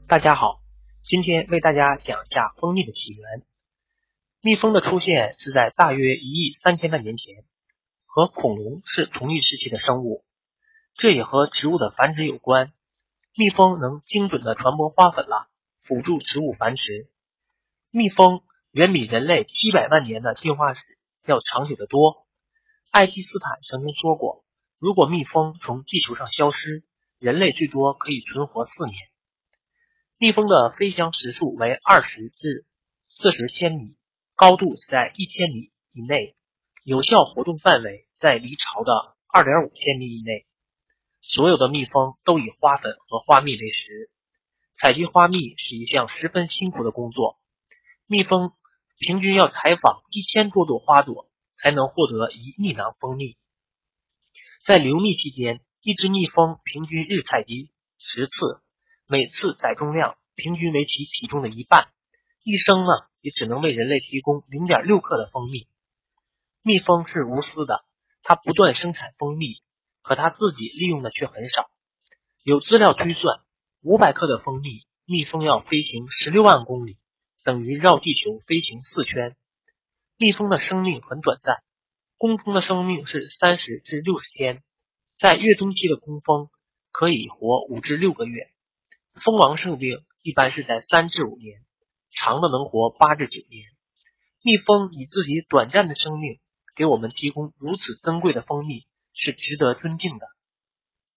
大家好，今天为大家讲一下蜂蜜的起源。蜜蜂的出现是在大约1亿3千万年前，和恐龙是同一时期的生物，这也和植物的繁殖有关。蜜蜂能精准地传播花粉蜡，辅助植物繁殖。蜜蜂远比人类700万年的进化史要长久得多。爱基斯坦曾经说过，如果蜜蜂从地球上消失，人类最多可以存活4年。蜜蜂的飞翔时速为20至40千米，高度在1000米以内，有效活动范围在离巢的2.5千米以内。所有的蜜蜂都以花粉和花蜜为食，采集花蜜是一项十分辛苦的工作。蜜蜂平均要采访1000多朵花朵，才能获得1蜜囊蜂蜜。在留蜜期间，一只蜜蜂平均日采集10次，每次载重量平均为其体重的1半，一生也只能为人类提供 0.6 克的蜂蜜。蜜蜂是无私的，它不断生产蜂蜜，可它自己利用的却很少。有资料推算，500克的蜂蜜，蜜蜂要飞行16万公里，等于绕地球飞行4圈。蜜蜂的生命很短暂，工蜂的生命是30至60天，在越冬期的工蜂可以活5至6个月。蜂王寿命一般是在3至5年，长的能活8至9年。蜜蜂以自己短暂的生命给我们提供如此珍贵的蜂蜜，是值得尊敬的。